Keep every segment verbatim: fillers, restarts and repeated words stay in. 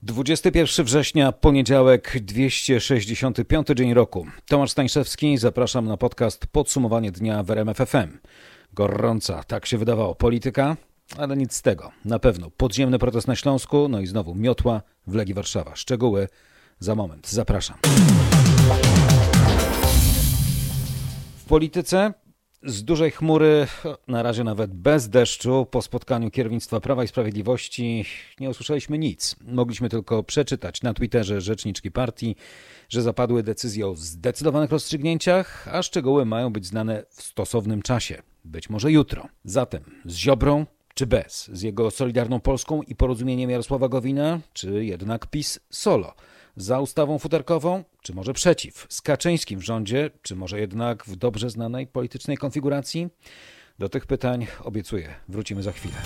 dwudziestego pierwszego września, poniedziałek, dwieście sześćdziesiąty piąty dzień roku. Tomasz Stańszewski, zapraszam na podcast Podsumowanie dnia w R M F F M. Gorąca, tak się wydawało, polityka, ale nic z tego. Na pewno podziemny protest na Śląsku, no i znowu miotła w Legii Warszawa. Szczegóły za moment. Zapraszam. W polityce z dużej chmury, na razie nawet bez deszczu, po spotkaniu kierownictwa Prawa i Sprawiedliwości nie usłyszeliśmy nic. Mogliśmy tylko przeczytać na Twitterze rzeczniczki partii, że zapadły decyzje o zdecydowanych rozstrzygnięciach, a szczegóły mają być znane w stosownym czasie. Być może jutro. Zatem z Ziobrą czy bez? Z jego Solidarną Polską i porozumieniem Jarosława Gowina, czy jednak PiS solo? Za ustawą futerkową, czy może przeciw? Z Kaczyńskim w rządzie, czy może jednak w dobrze znanej politycznej konfiguracji? Do tych pytań, obiecuję, wrócimy za chwilę.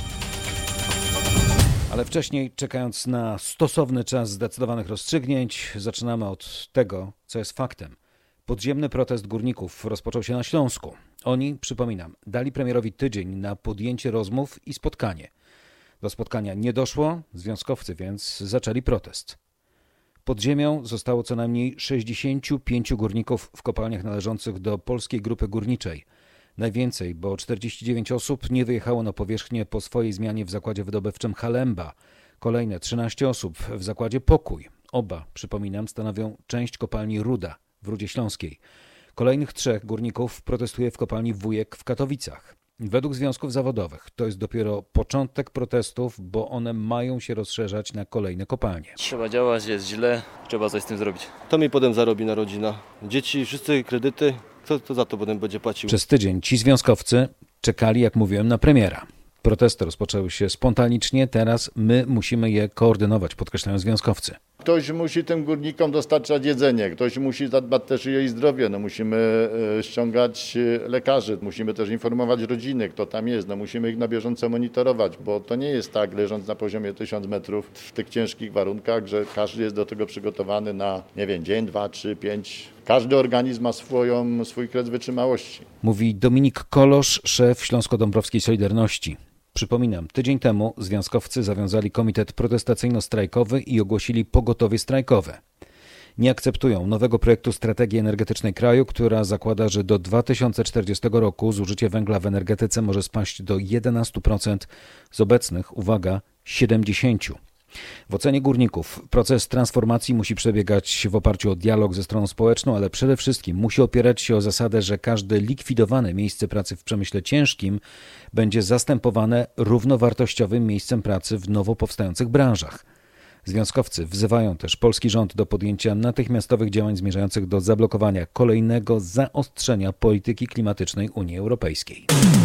Ale wcześniej, czekając na stosowny czas zdecydowanych rozstrzygnięć, zaczynamy od tego, co jest faktem. Podziemny protest górników rozpoczął się na Śląsku. Oni, przypominam, dali premierowi tydzień na podjęcie rozmów i spotkanie. Do spotkania nie doszło, związkowcy więc zaczęli protest. Pod ziemią zostało co najmniej sześćdziesięciu pięciu górników w kopalniach należących do Polskiej Grupy Górniczej. Najwięcej, bo czterdzieści dziewięć osób nie wyjechało na powierzchnię po swojej zmianie w zakładzie wydobywczym Halemba. Kolejne trzynaście osób w zakładzie Pokój. Oba, przypominam, stanowią część kopalni Ruda w Rudzie Śląskiej. Kolejnych trzech górników protestuje w kopalni Wujek w Katowicach. Według związków zawodowych to jest dopiero początek protestów, bo one mają się rozszerzać na kolejne kopalnie. Trzeba działać, jest źle, trzeba coś z tym zrobić. To mi potem zarobi na rodzina. Dzieci, wszyscy kredyty, kto, kto za to potem będzie płacił? Przez tydzień ci związkowcy czekali, jak mówiłem, na premiera. Protesty rozpoczęły się spontanicznie, teraz my musimy je koordynować, podkreślają związkowcy. Ktoś musi tym górnikom dostarczać jedzenie, ktoś musi zadbać też o jej zdrowie, no musimy ściągać lekarzy, musimy też informować rodziny, kto tam jest, no musimy ich na bieżąco monitorować, bo to nie jest tak, leżąc na poziomie tysiąc metrów w tych ciężkich warunkach, że każdy jest do tego przygotowany na, nie wiem, dzień, dwa, trzy, pięć. Każdy organizm ma swoją, swój kres wytrzymałości. Mówi Dominik Kolosz, szef Śląsko-Dąbrowskiej Solidarności. Przypominam, tydzień temu związkowcy zawiązali komitet protestacyjno-strajkowy i ogłosili pogotowie strajkowe. Nie akceptują nowego projektu strategii energetycznej kraju, która zakłada, że do dwa tysiące czterdziestego roku zużycie węgla w energetyce może spaść do jedenaście procent z obecnych, uwaga, siedemdziesiąt procent. W ocenie górników proces transformacji musi przebiegać w oparciu o dialog ze stroną społeczną, ale przede wszystkim musi opierać się o zasadę, że każde likwidowane miejsce pracy w przemyśle ciężkim będzie zastępowane równowartościowym miejscem pracy w nowo powstających branżach. Związkowcy wzywają też polski rząd do podjęcia natychmiastowych działań zmierzających do zablokowania kolejnego zaostrzenia polityki klimatycznej Unii Europejskiej.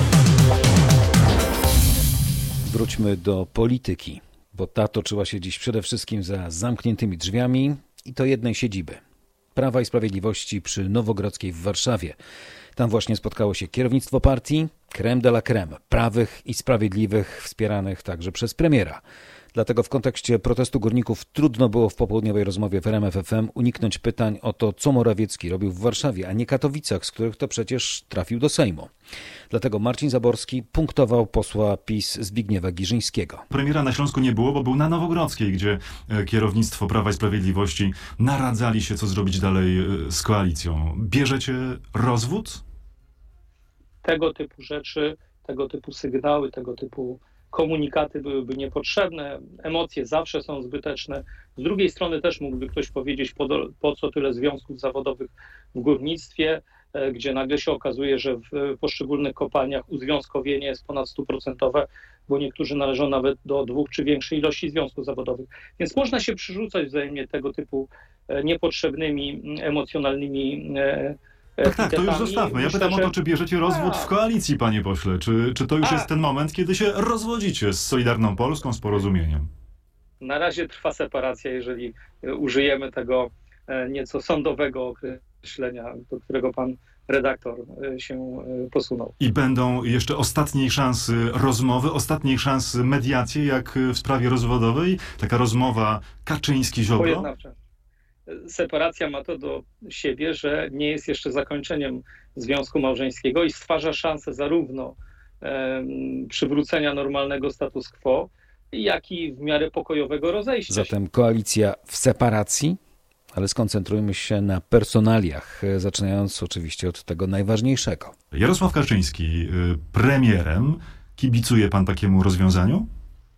Wróćmy do polityki, bo ta toczyła się dziś przede wszystkim za zamkniętymi drzwiami i to jednej siedziby Prawa i Sprawiedliwości przy Nowogrodzkiej w Warszawie. Tam właśnie spotkało się kierownictwo partii, crème de la crème, prawych i sprawiedliwych, wspieranych także przez premiera. Dlatego w kontekście protestu górników trudno było w popołudniowej rozmowie w R M F F M uniknąć pytań o to, co Morawiecki robił w Warszawie, a nie Katowicach, z których to przecież trafił do Sejmu. Dlatego Marcin Zaborski punktował posła PiS Zbigniewa Girzyńskiego. Premiera na Śląsku nie było, bo był na Nowogrodzkiej, gdzie kierownictwo Prawa i Sprawiedliwości naradzali się, co zrobić dalej z koalicją. Bierzecie rozwód? Tego typu rzeczy, tego typu sygnały, tego typu komunikaty byłyby niepotrzebne, emocje zawsze są zbyteczne. Z drugiej strony też mógłby ktoś powiedzieć, po, do, po co tyle związków zawodowych w górnictwie, gdzie nagle się okazuje, że w poszczególnych kopalniach uzwiązkowienie jest ponad stuprocentowe, bo niektórzy należą nawet do dwóch czy większej ilości związków zawodowych. Więc można się przerzucać wzajemnie tego typu niepotrzebnymi, emocjonalnymi Tak, tak, to już zostawmy. Ja pytam o to, czy bierzecie rozwód w koalicji, panie pośle. Czy, czy to już jest ten moment, kiedy się rozwodzicie z Solidarną Polską, z Porozumieniem? Na razie trwa separacja, jeżeli użyjemy tego nieco sądowego określenia, do którego pan redaktor się posunął. I będą jeszcze ostatniej szansy rozmowy, ostatniej szansy mediacji, jak w sprawie rozwodowej? Taka rozmowa Kaczyński-Ziobro? Pojednawcza. Separacja ma to do siebie, że nie jest jeszcze zakończeniem związku małżeńskiego i stwarza szansę zarówno e, przywrócenia normalnego status quo, jak i w miarę pokojowego rozejścia się. Zatem koalicja w separacji, ale skoncentrujmy się na personaliach, zaczynając oczywiście od tego najważniejszego. Jarosław Kaczyński premierem. Kibicuje pan takiemu rozwiązaniu?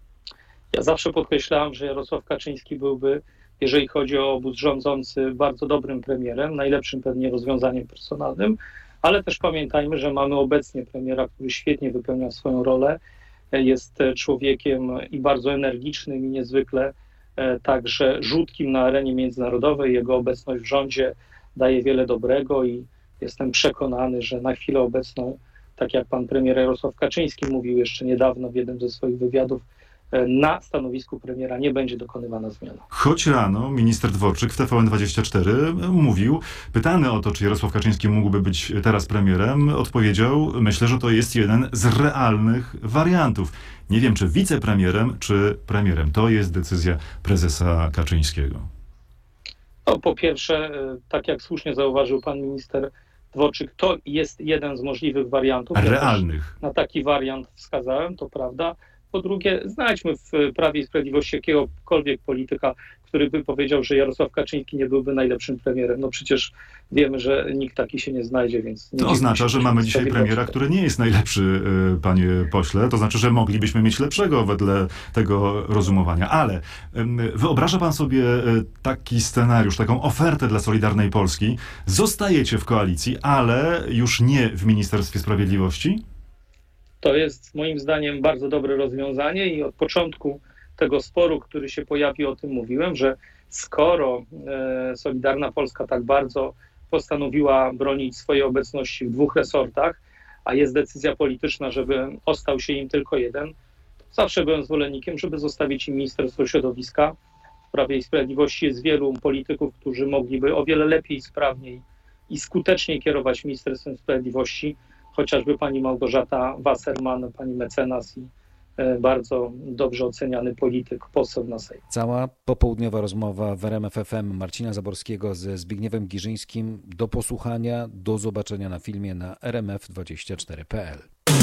Ja zawsze podkreślałem, że Jarosław Kaczyński byłby, jeżeli chodzi o obóz rządzący, bardzo dobrym premierem, najlepszym pewnie rozwiązaniem personalnym, ale też pamiętajmy, że mamy obecnie premiera, który świetnie wypełnia swoją rolę, jest człowiekiem i bardzo energicznym i niezwykle także rzutkim na arenie międzynarodowej. Jego obecność w rządzie daje wiele dobrego i jestem przekonany, że na chwilę obecną, tak jak pan premier Jarosław Kaczyński mówił jeszcze niedawno w jednym ze swoich wywiadów, na stanowisku premiera nie będzie dokonywana zmiana. Choć rano minister Dworczyk w T V N dwadzieścia cztery mówił, pytany o to, czy Jarosław Kaczyński mógłby być teraz premierem, odpowiedział, myślę, że to jest jeden z realnych wariantów. Nie wiem, czy wicepremierem, czy premierem. To jest decyzja prezesa Kaczyńskiego. No, po pierwsze, tak jak słusznie zauważył pan minister Dworczyk, to jest jeden z możliwych wariantów. Realnych. Ja na taki wariant wskazałem, to prawda. Po drugie, znajdźmy w Prawie i Sprawiedliwości jakiegokolwiek polityka, który by powiedział, że Jarosław Kaczyński nie byłby najlepszym premierem. No przecież wiemy, że nikt taki się nie znajdzie, więc... To oznacza, że mamy dzisiaj premiera, który nie jest najlepszy, panie pośle. To znaczy, że moglibyśmy mieć lepszego wedle tego rozumowania. Ale wyobraża pan sobie taki scenariusz, taką ofertę dla Solidarnej Polski. Zostajecie w koalicji, ale już nie w Ministerstwie Sprawiedliwości? To jest moim zdaniem bardzo dobre rozwiązanie i od początku tego sporu, który się pojawił, o tym mówiłem, że skoro e, Solidarna Polska tak bardzo postanowiła bronić swojej obecności w dwóch resortach, a jest decyzja polityczna, żeby ostał się im tylko jeden, to zawsze byłem zwolennikiem, żeby zostawić im Ministerstwo Środowiska. W Prawie i Sprawiedliwości jest wielu polityków, którzy mogliby o wiele lepiej, sprawniej i skuteczniej kierować Ministerstwem Sprawiedliwości, chociażby pani Małgorzata Wasserman, pani mecenas i bardzo dobrze oceniany polityk, poseł na Sejm. Cała popołudniowa rozmowa w R M F F M Marcina Zaborskiego ze Zbigniewem Giżyńskim do posłuchania, do zobaczenia na filmie na r m f dwadzieścia cztery kropka p l.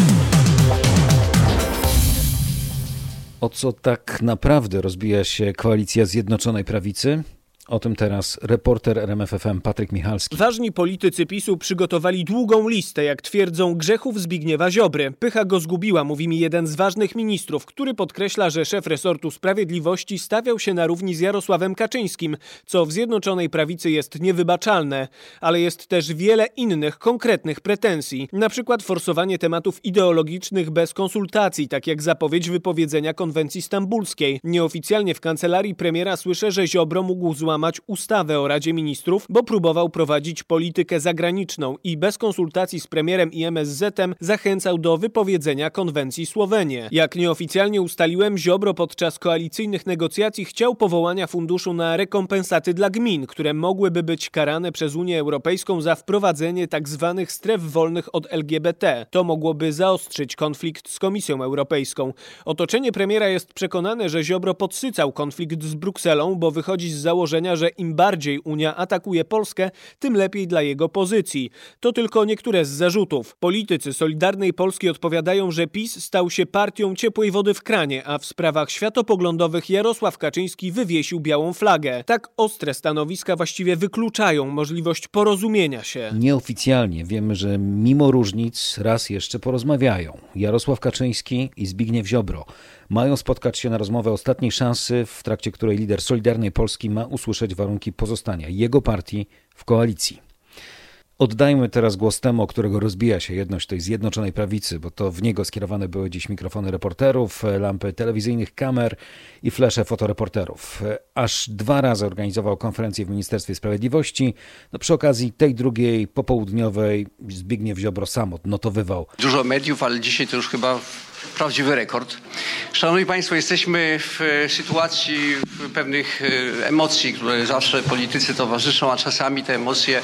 O co tak naprawdę rozbija się koalicja Zjednoczonej Prawicy? O tym teraz reporter R M F F M Patryk Michalski. Ważni politycy PiSu przygotowali długą listę, jak twierdzą, grzechów Zbigniewa Ziobry. Pycha go zgubiła, mówi mi jeden z ważnych ministrów, który podkreśla, że szef resortu sprawiedliwości stawiał się na równi z Jarosławem Kaczyńskim, co w Zjednoczonej Prawicy jest niewybaczalne. Ale jest też wiele innych, konkretnych pretensji. Na przykład forsowanie tematów ideologicznych bez konsultacji, tak jak zapowiedź wypowiedzenia konwencji stambulskiej. Nieoficjalnie w kancelarii premiera słyszę, że Ziobro mógł złamać ustawę o Radzie Ministrów, bo próbował prowadzić politykę zagraniczną i bez konsultacji z premierem i M S Z-em zachęcał do wypowiedzenia konwencji Słowenię. Jak nieoficjalnie ustaliłem, Ziobro podczas koalicyjnych negocjacji chciał powołania funduszu na rekompensaty dla gmin, które mogłyby być karane przez Unię Europejską za wprowadzenie tzw. stref wolnych od L G B T. To mogłoby zaostrzyć konflikt z Komisją Europejską. Otoczenie premiera jest przekonane, że Ziobro podsycał konflikt z Brukselą, bo wychodzi z założenia, że im bardziej Unia atakuje Polskę, tym lepiej dla jego pozycji. To tylko niektóre z zarzutów. Politycy Solidarnej Polski odpowiadają, że PiS stał się partią ciepłej wody w kranie, a w sprawach światopoglądowych Jarosław Kaczyński wywiesił białą flagę. Tak ostre stanowiska właściwie wykluczają możliwość porozumienia się. Nieoficjalnie wiemy, że mimo różnic raz jeszcze porozmawiają. Jarosław Kaczyński i Zbigniew Ziobro mają spotkać się na rozmowę ostatniej szansy, w trakcie której lider Solidarnej Polski ma usłyszeć warunki pozostania jego partii w koalicji. Oddajmy teraz głos temu, o którego rozbija się jedność tej Zjednoczonej Prawicy, bo to w niego skierowane były dziś mikrofony reporterów, lampy telewizyjnych kamer i flesze fotoreporterów. Aż dwa razy organizował konferencję w Ministerstwie Sprawiedliwości. No, przy okazji tej drugiej popołudniowej Zbigniew Ziobro sam odnotowywał. Dużo mediów, ale dzisiaj to już chyba prawdziwy rekord. Szanowni Państwo, jesteśmy w sytuacji pewnych emocji, które zawsze politycy towarzyszą, a czasami te emocje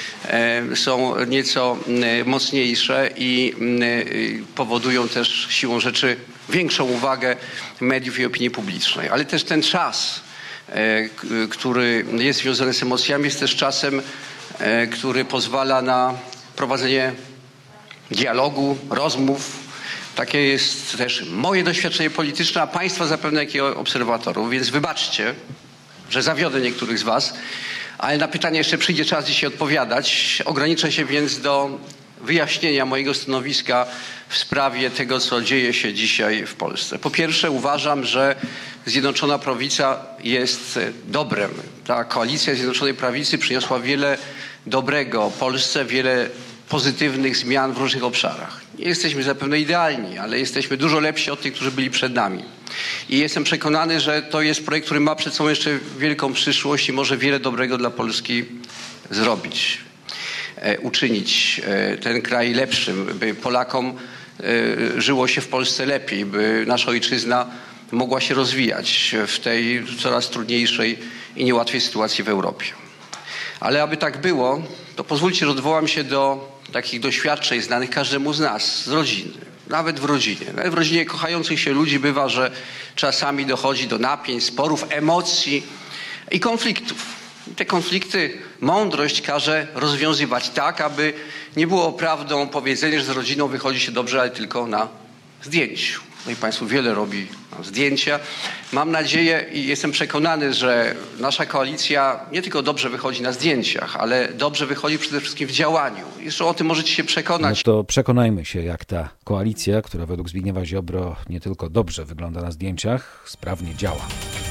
są nieco mocniejsze i powodują też siłą rzeczy większą uwagę mediów i opinii publicznej. Ale też ten czas, który jest związany z emocjami, jest też czasem, który pozwala na prowadzenie dialogu, rozmów, Takie jest też moje doświadczenie polityczne, a Państwa zapewne jak i obserwatorów, więc wybaczcie, że zawiodę niektórych z Was, ale na pytanie jeszcze przyjdzie czas dzisiaj odpowiadać. Ograniczę się więc do wyjaśnienia mojego stanowiska w sprawie tego, co dzieje się dzisiaj w Polsce. Po pierwsze, uważam, że Zjednoczona Prawica jest dobrem. Ta koalicja Zjednoczonej Prawicy przyniosła wiele dobrego Polsce, wiele pozytywnych zmian w różnych obszarach. Nie jesteśmy zapewne idealni, ale jesteśmy dużo lepsi od tych, którzy byli przed nami. I jestem przekonany, że to jest projekt, który ma przed sobą jeszcze wielką przyszłość i może wiele dobrego dla Polski zrobić. E, uczynić e, ten kraj lepszym, by Polakom e, żyło się w Polsce lepiej, by nasza ojczyzna mogła się rozwijać w tej coraz trudniejszej i niełatwej sytuacji w Europie. Ale aby tak było, to pozwólcie, że odwołam się do takich doświadczeń znanych każdemu z nas, z rodziny. Nawet w rodzinie. Nawet w rodzinie kochających się ludzi bywa, że czasami dochodzi do napięć, sporów, emocji i konfliktów. I te konflikty mądrość każe rozwiązywać tak, aby nie było prawdą powiedzenie, że z rodziną wychodzi się dobrze, ale tylko na zdjęciu. No i Państwu wiele robi zdjęcia. Mam nadzieję i jestem przekonany, że nasza koalicja nie tylko dobrze wychodzi na zdjęciach, ale dobrze wychodzi przede wszystkim w działaniu. Jeszcze o tym możecie się przekonać. No to przekonajmy się, jak ta koalicja, która według Zbigniewa Ziobro nie tylko dobrze wygląda na zdjęciach, sprawnie działa.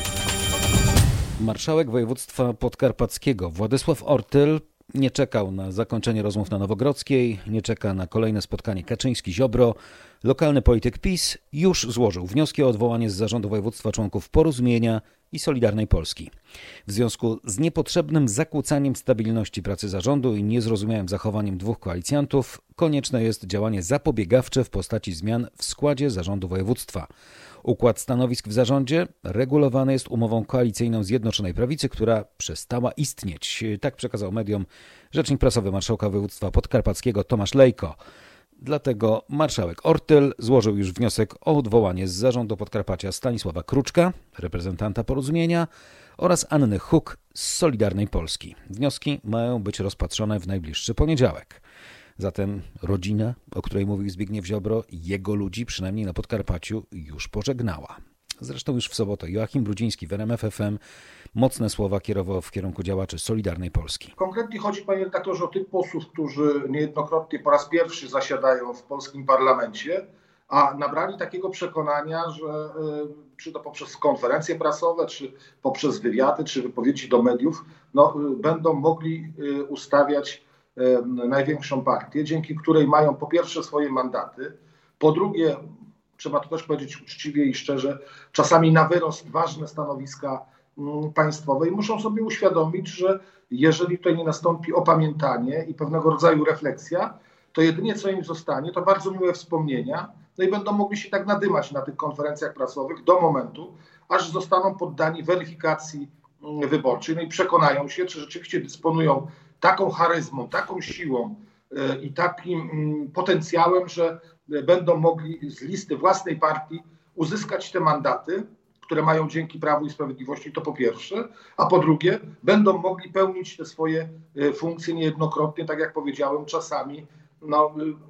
Marszałek województwa podkarpackiego Władysław Ortyl nie czekał na zakończenie rozmów na Nowogrodzkiej, nie czeka na kolejne spotkanie Kaczyński-Ziobro. Lokalny polityk PiS już złożył wnioski o odwołanie z zarządu województwa członków Porozumienia i Solidarnej Polski. W związku z niepotrzebnym zakłócaniem stabilności pracy zarządu i niezrozumiałym zachowaniem dwóch koalicjantów, konieczne jest działanie zapobiegawcze w postaci zmian w składzie zarządu województwa. Układ stanowisk w zarządzie regulowany jest umową koalicyjną Zjednoczonej Prawicy, która przestała istnieć. Tak przekazał mediom rzecznik prasowy marszałka województwa podkarpackiego Tomasz Lejko. Dlatego marszałek Ortyl złożył już wniosek o odwołanie z zarządu Podkarpacia Stanisława Kruczka, reprezentanta Porozumienia, oraz Anny Huk z Solidarnej Polski. Wnioski mają być rozpatrzone w najbliższy poniedziałek. Zatem rodzina, o której mówił Zbigniew Ziobro, jego ludzi, przynajmniej na Podkarpaciu, już pożegnała. Zresztą już w sobotę Joachim Brudziński w R M F F M mocne słowa kierował w kierunku działaczy Solidarnej Polski. Konkretnie chodzi, panie redaktorze, o tych posłów, którzy niejednokrotnie po raz pierwszy zasiadają w polskim parlamencie, a nabrali takiego przekonania, że y, czy to poprzez konferencje prasowe, czy poprzez wywiady, czy wypowiedzi do mediów, no, y, będą mogli y, ustawiać y, największą partię, dzięki której mają po pierwsze swoje mandaty, po drugie, trzeba to też powiedzieć uczciwie i szczerze, czasami na wyrost ważne stanowiska y, państwowe i muszą sobie uświadomić, że jeżeli tutaj nie nastąpi opamiętanie i pewnego rodzaju refleksja, to jedynie co im zostanie, to bardzo miłe wspomnienia, no i będą mogli się tak nadymać na tych konferencjach prasowych do momentu, aż zostaną poddani weryfikacji wyborczej, no i przekonają się, czy rzeczywiście dysponują taką charyzmą, taką siłą i takim potencjałem, że będą mogli z listy własnej partii uzyskać te mandaty, które mają dzięki Prawu i Sprawiedliwości, to po pierwsze, a po drugie będą mogli pełnić te swoje funkcje niejednokrotnie, tak jak powiedziałem, czasami no,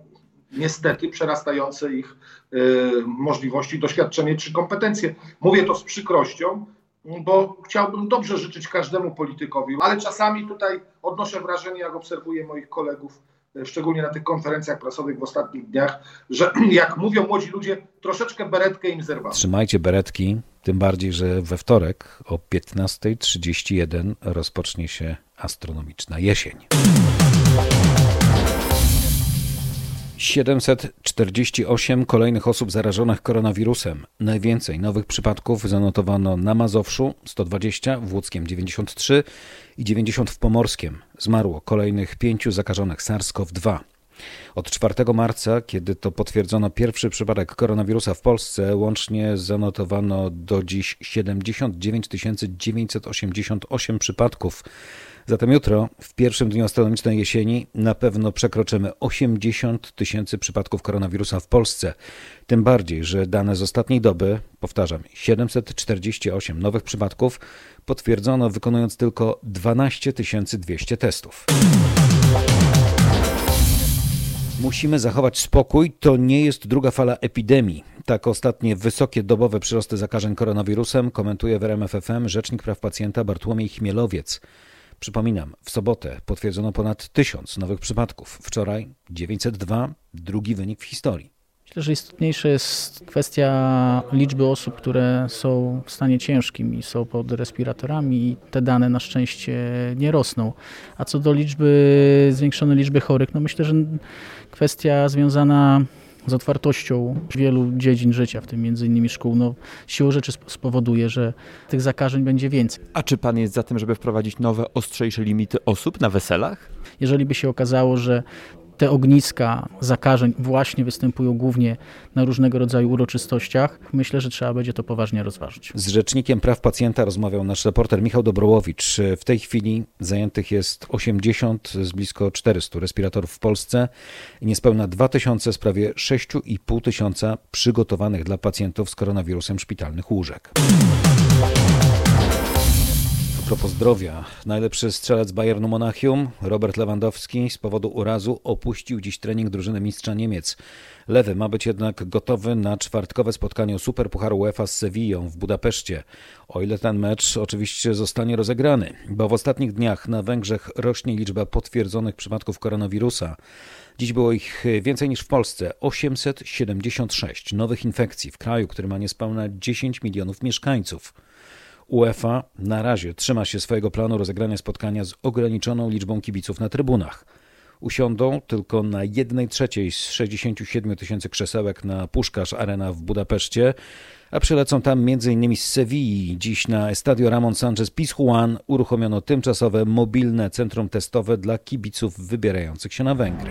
niestety przerastające ich y, możliwości, doświadczenie czy kompetencje. Mówię to z przykrością, bo chciałbym dobrze życzyć każdemu politykowi, ale czasami tutaj odnoszę wrażenie, jak obserwuję moich kolegów, szczególnie na tych konferencjach prasowych w ostatnich dniach, że jak mówią młodzi ludzie, troszeczkę beretkę im zerwano. Trzymajcie beretki, tym bardziej, że we wtorek o piętnasta trzydzieści jeden rozpocznie się astronomiczna jesień. siedemset czterdzieści osiem kolejnych osób zarażonych koronawirusem. Najwięcej nowych przypadków zanotowano na Mazowszu, sto dwadzieścia, w Łódzkiem dziewięćdziesiąt trzy i dziewięćdziesiąt w Pomorskiem. Zmarło kolejnych pięciu zakażonych SARS-CoV dwa. Od czwartego marca, kiedy to potwierdzono pierwszy przypadek koronawirusa w Polsce, łącznie zanotowano do dziś siedemdziesiąt dziewięć tysięcy dziewięćset osiemdziesiąt osiem przypadków. Zatem jutro, w pierwszym dniu astronomicznej jesieni, na pewno przekroczymy osiemdziesiąt tysięcy przypadków koronawirusa w Polsce. Tym bardziej, że dane z ostatniej doby, powtarzam, siedemset czterdzieści osiem nowych przypadków, potwierdzono wykonując tylko dwanaście tysięcy dwieście testów. Musimy zachować spokój, to nie jest druga fala epidemii. Tak ostatnie wysokie dobowe przyrosty zakażeń koronawirusem komentuje w R M F F M rzecznik praw pacjenta Bartłomiej Chmielowiec. Przypominam, w sobotę potwierdzono ponad tysiąc nowych przypadków. Wczoraj dziewięćset dwa, drugi wynik w historii. Myślę, że istotniejsza jest kwestia liczby osób, które są w stanie ciężkim i są pod respiratorami i te dane na szczęście nie rosną. A co do liczby, zwiększonej liczby chorych, no myślę, że kwestia związana z otwartością wielu dziedzin życia, w tym między innymi szkół, no siłą rzeczy spowoduje, że tych zakażeń będzie więcej. A czy pan jest za tym, żeby wprowadzić nowe, ostrzejsze limity osób na weselach? Jeżeli by się okazało, że te ogniska zakażeń właśnie występują głównie na różnego rodzaju uroczystościach, myślę, że trzeba będzie to poważnie rozważyć. Z rzecznikiem praw pacjenta rozmawiał nasz reporter Michał Dobrołowicz. W tej chwili zajętych jest osiemdziesiąt z blisko czterystu respiratorów w Polsce i niespełna dwa tysiące z prawie sześć i pół tysiąca przygotowanych dla pacjentów z koronawirusem szpitalnych łóżek. A propos zdrowia, najlepszy strzelec Bayernu Monachium, Robert Lewandowski, z powodu urazu opuścił dziś trening drużyny mistrza Niemiec. Lewy ma być jednak gotowy na czwartkowe spotkanie o Superpucharu UEFA z Sewillą w Budapeszcie. O ile ten mecz oczywiście zostanie rozegrany, bo w ostatnich dniach na Węgrzech rośnie liczba potwierdzonych przypadków koronawirusa. Dziś było ich więcej niż w Polsce, osiemset siedemdziesiąt sześć nowych infekcji w kraju, który ma niespełna dziesięć milionów mieszkańców. UEFA na razie trzyma się swojego planu rozegrania spotkania z ograniczoną liczbą kibiców na trybunach. Usiądą tylko na jednej trzeciej z sześćdziesięciu siedmiu tysięcy krzesełek na Puskás Arena w Budapeszcie, a przylecą tam m.in. z Sewilli. Dziś na Estadio Ramon Sánchez Pizjuan uruchomiono tymczasowe mobilne centrum testowe dla kibiców wybierających się na Węgry.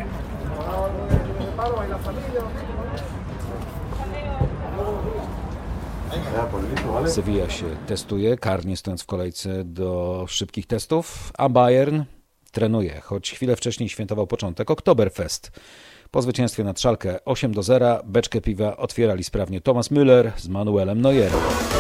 Sevilla się testuje, karnie stojąc w kolejce do szybkich testów, a Bayern trenuje, choć chwilę wcześniej świętował początek Oktoberfest. Po zwycięstwie nad Schalke osiem do zera beczkę piwa otwierali sprawnie Thomas Müller z Manuelem Neuerem.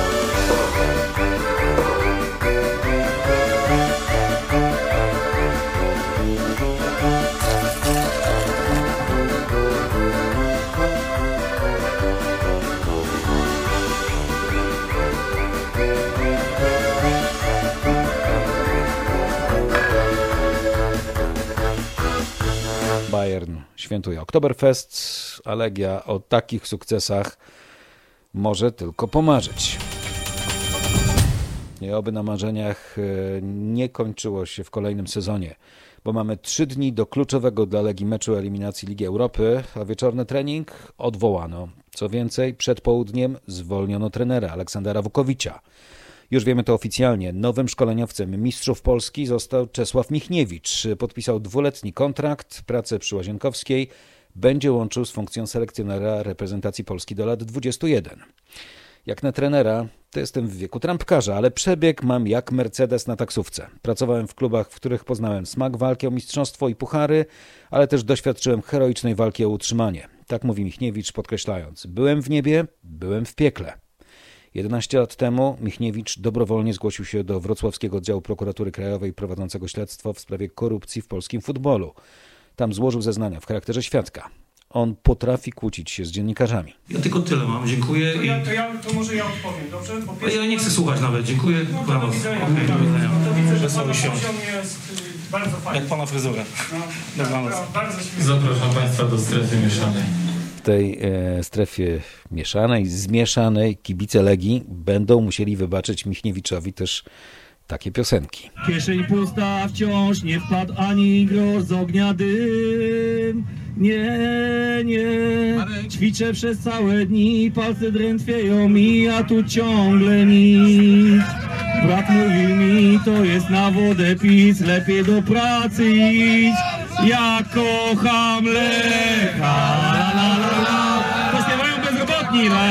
Bayern świętuje Oktoberfest, a Legia o takich sukcesach może tylko pomarzyć. I oby na marzeniach nie kończyło się w kolejnym sezonie, bo mamy trzy dni do kluczowego dla Legii meczu eliminacji Ligi Europy, a wieczorny trening odwołano. Co więcej, przed południem zwolniono trenera Aleksandra Wukowicza. Już wiemy to oficjalnie. Nowym szkoleniowcem mistrzów Polski został Czesław Michniewicz. Podpisał dwuletni kontrakt, pracę przy Łazienkowskiej. Będzie łączył z funkcją selekcjonera reprezentacji Polski do lat dwudziestu jeden. Jak na trenera, to jestem w wieku trampkarza, ale przebieg mam jak Mercedes na taksówce. Pracowałem w klubach, w których poznałem smak walki o mistrzostwo i puchary, ale też doświadczyłem heroicznej walki o utrzymanie. Tak mówi Michniewicz, podkreślając: byłem w niebie, byłem w piekle. jedenaście lat temu Michniewicz dobrowolnie zgłosił się do wrocławskiego oddziału prokuratury krajowej prowadzącego śledztwo w sprawie korupcji w polskim futbolu. Tam złożył zeznania w charakterze świadka. On potrafi kłócić się z dziennikarzami. Ja tylko tyle mam, dziękuję. To, ja, to, ja, to może ja odpowiem, dobrze? Bo pierwszy... Ja nie chcę słuchać nawet, dziękuję. No, to do widzenia. Okay, do widzenia. No, to widzę, że pana poziom jest bardzo fajny. Jak pana fryzura. No, Dobranoc. Bardzo Zapraszam państwa do strefy mieszanej. W tej e, strefie mieszanej, zmieszanej kibice Legii będą musieli wybaczyć Michniewiczowi też takie piosenki. Kieszeń pusta, wciąż nie wpadł ani grosz z ognia dym. Nie, nie, ćwiczę przez całe dni, palce drętwieją mi, a tu ciągle nic. Brat mówił mi, to jest na wodę pić, lepiej do pracy iść. Ja kocham Lecha, la la la la, to śpiewają bezrobotni, la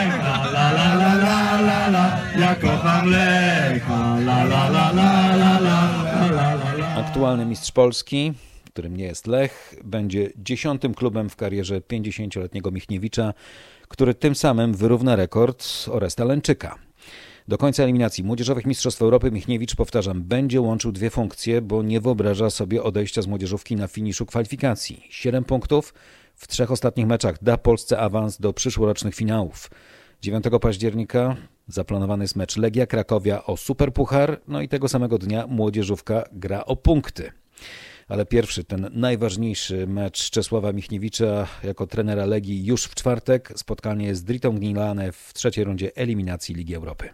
la la la la la la la. Ja kocham Lecha, la la la la la la la la la. Aktualny mistrz Polski, którym nie jest Lech, będzie dziesiątym klubem w karierze pięćdziesięcioletniego Michniewicza, który tym samym wyrówna rekord Oresta Lęczyka. Do końca eliminacji Młodzieżowych Mistrzostw Europy Michniewicz, powtarzam, będzie łączył dwie funkcje, bo nie wyobraża sobie odejścia z młodzieżówki na finiszu kwalifikacji. Siedem punktów w trzech ostatnich meczach da Polsce awans do przyszłorocznych finałów. dziewiątego października zaplanowany jest mecz Legia Krakowia o Superpuchar, no i tego samego dnia młodzieżówka gra o punkty. Ale pierwszy, ten najważniejszy mecz Czesława Michniewicza jako trenera Legii już w czwartek. Spotkanie z Dritą Gnilane w trzeciej rundzie eliminacji Ligi Europy.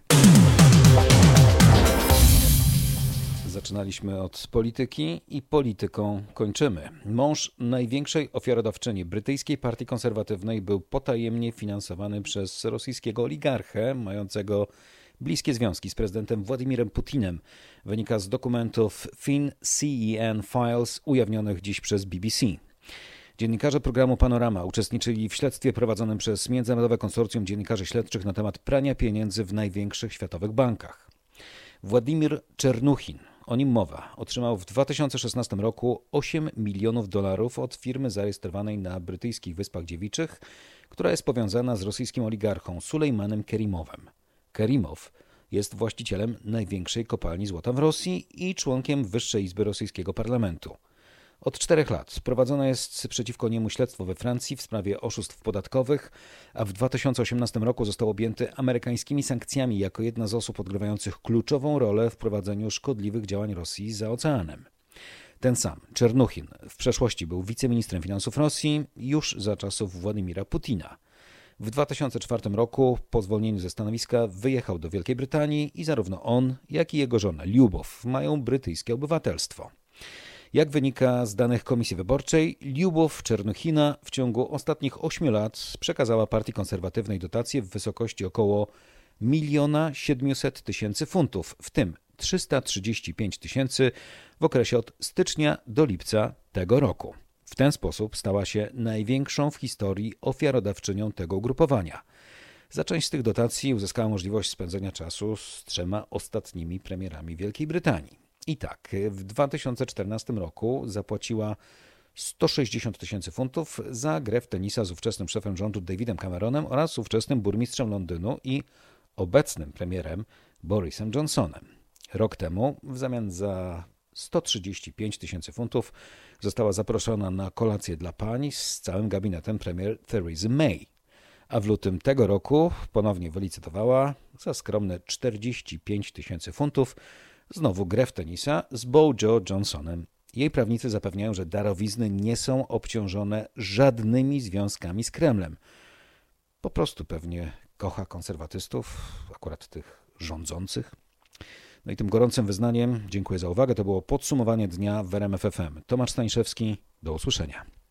Zaczynaliśmy od polityki i polityką kończymy. Mąż największej ofiarodawczyni brytyjskiej partii konserwatywnej był potajemnie finansowany przez rosyjskiego oligarchę mającego bliskie związki z prezydentem Władimirem Putinem. Wynika z dokumentów FinCEN Files ujawnionych dziś przez B B C. Dziennikarze programu Panorama uczestniczyli w śledztwie prowadzonym przez Międzynarodowe Konsorcjum Dziennikarzy Śledczych na temat prania pieniędzy w największych światowych bankach. Władimir Czernuchin, o nim mowa, otrzymał w dwa tysiące szesnastym roku osiem milionów dolarów od firmy zarejestrowanej na brytyjskich Wyspach Dziewiczych, która jest powiązana z rosyjskim oligarchą Sulejmanem Kerimowem. Kerimow jest właścicielem największej kopalni złota w Rosji i członkiem Wyższej Izby rosyjskiego parlamentu. Od czterech lat prowadzone jest przeciwko niemu śledztwo we Francji w sprawie oszustw podatkowych, a w dwa tysiące osiemnastym roku został objęty amerykańskimi sankcjami jako jedna z osób odgrywających kluczową rolę w prowadzeniu szkodliwych działań Rosji za oceanem. Ten sam Czernuchin w przeszłości był wiceministrem finansów Rosji już za czasów Władimira Putina. W dwa tysiące czwartym roku po zwolnieniu ze stanowiska wyjechał do Wielkiej Brytanii i zarówno on, jak i jego żona Liubow mają brytyjskie obywatelstwo. Jak wynika z danych Komisji Wyborczej, Liubow Czernuchina w ciągu ostatnich ośmiu lat przekazała partii konserwatywnej dotacje w wysokości około miliona siedmiuset tysięcy funtów, w tym trzysta trzydzieści pięć tysięcy w okresie od stycznia do lipca tego roku. W ten sposób stała się największą w historii ofiarodawczynią tego ugrupowania. Za część z tych dotacji uzyskała możliwość spędzenia czasu z trzema ostatnimi premierami Wielkiej Brytanii. I tak, w dwa tysiące czternastym roku zapłaciła sto sześćdziesiąt tysięcy funtów za grę w tenisa z ówczesnym szefem rządu Davidem Cameronem oraz ówczesnym burmistrzem Londynu i obecnym premierem Borisem Johnsonem. Rok temu w zamian za sto trzydzieści pięć tysięcy funtów została zaproszona na kolację dla pań z całym gabinetem premier Theresa May. A w lutym tego roku ponownie wylicytowała za skromne czterdzieści pięć tysięcy funtów znowu grę w tenisa z Bojo Johnsonem. Jej prawnicy zapewniają, że darowizny nie są obciążone żadnymi związkami z Kremlem. Po prostu pewnie kocha konserwatystów, akurat tych rządzących. No i tym gorącym wyznaniem dziękuję za uwagę. To było podsumowanie dnia w R M F F M. Tomasz Staniszewski, do usłyszenia.